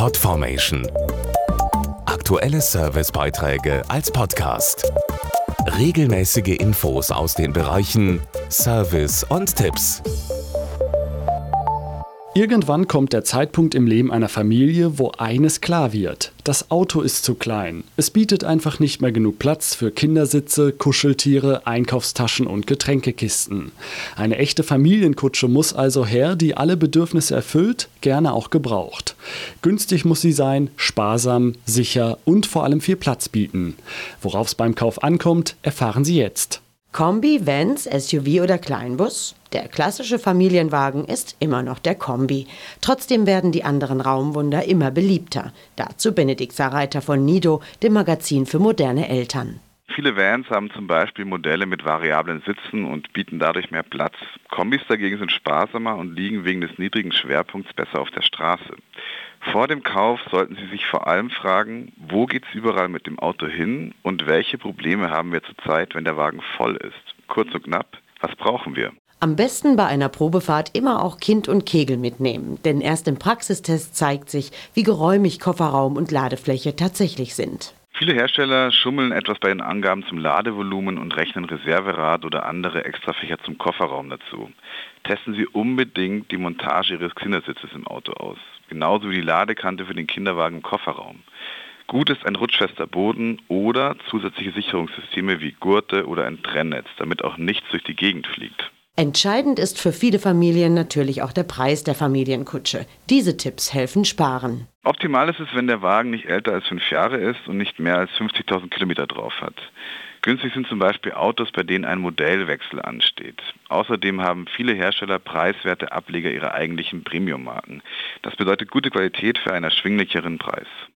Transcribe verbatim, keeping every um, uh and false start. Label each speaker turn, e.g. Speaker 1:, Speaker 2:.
Speaker 1: Podformation. Aktuelle Servicebeiträge als Podcast. Regelmäßige Infos aus den Bereichen Service und Tipps.
Speaker 2: Irgendwann kommt der Zeitpunkt im Leben einer Familie, wo eines klar wird. Das Auto ist zu klein. Es bietet einfach nicht mehr genug Platz für Kindersitze, Kuscheltiere, Einkaufstaschen und Getränkekisten. Eine echte Familienkutsche muss also her, die alle Bedürfnisse erfüllt, gerne auch gebraucht. Günstig muss sie sein, sparsam, sicher und vor allem viel Platz bieten. Worauf es beim Kauf ankommt, erfahren Sie jetzt.
Speaker 3: Kombi, Vans, S U V oder Kleinbus? Der klassische Familienwagen ist immer noch der Kombi. Trotzdem werden die anderen Raumwunder immer beliebter. Dazu Benedikt Sarreiter von Nido, dem Magazin für moderne Eltern.
Speaker 4: Viele Vans haben zum Beispiel Modelle mit variablen Sitzen und bieten dadurch mehr Platz. Kombis dagegen sind sparsamer und liegen wegen des niedrigen Schwerpunkts besser auf der Straße. Vor dem Kauf sollten Sie sich vor allem fragen, wo geht's überall mit dem Auto hin und welche Probleme haben wir zurzeit, wenn der Wagen voll ist. Kurz und knapp, was brauchen wir?
Speaker 3: Am besten bei einer Probefahrt immer auch Kind und Kegel mitnehmen, denn erst im Praxistest zeigt sich, wie geräumig Kofferraum und Ladefläche tatsächlich sind.
Speaker 4: Viele Hersteller schummeln etwas bei den Angaben zum Ladevolumen und rechnen Reserverad oder andere Extrafächer zum Kofferraum dazu. Testen Sie unbedingt die Montage Ihres Kindersitzes im Auto aus, genauso wie die Ladekante für den Kinderwagen im Kofferraum. Gut ist ein rutschfester Boden oder zusätzliche Sicherungssysteme wie Gurte oder ein Trennnetz, damit auch nichts durch die Gegend fliegt.
Speaker 3: Entscheidend ist für viele Familien natürlich auch der Preis der Familienkutsche. Diese Tipps helfen sparen.
Speaker 4: Optimal ist es, wenn der Wagen nicht älter als fünf Jahre ist und nicht mehr als fünfzigtausend Kilometer drauf hat. Günstig sind zum Beispiel Autos, bei denen ein Modellwechsel ansteht. Außerdem haben viele Hersteller preiswerte Ableger ihrer eigentlichen Premium-Marken. Das bedeutet gute Qualität für einen erschwinglicheren Preis.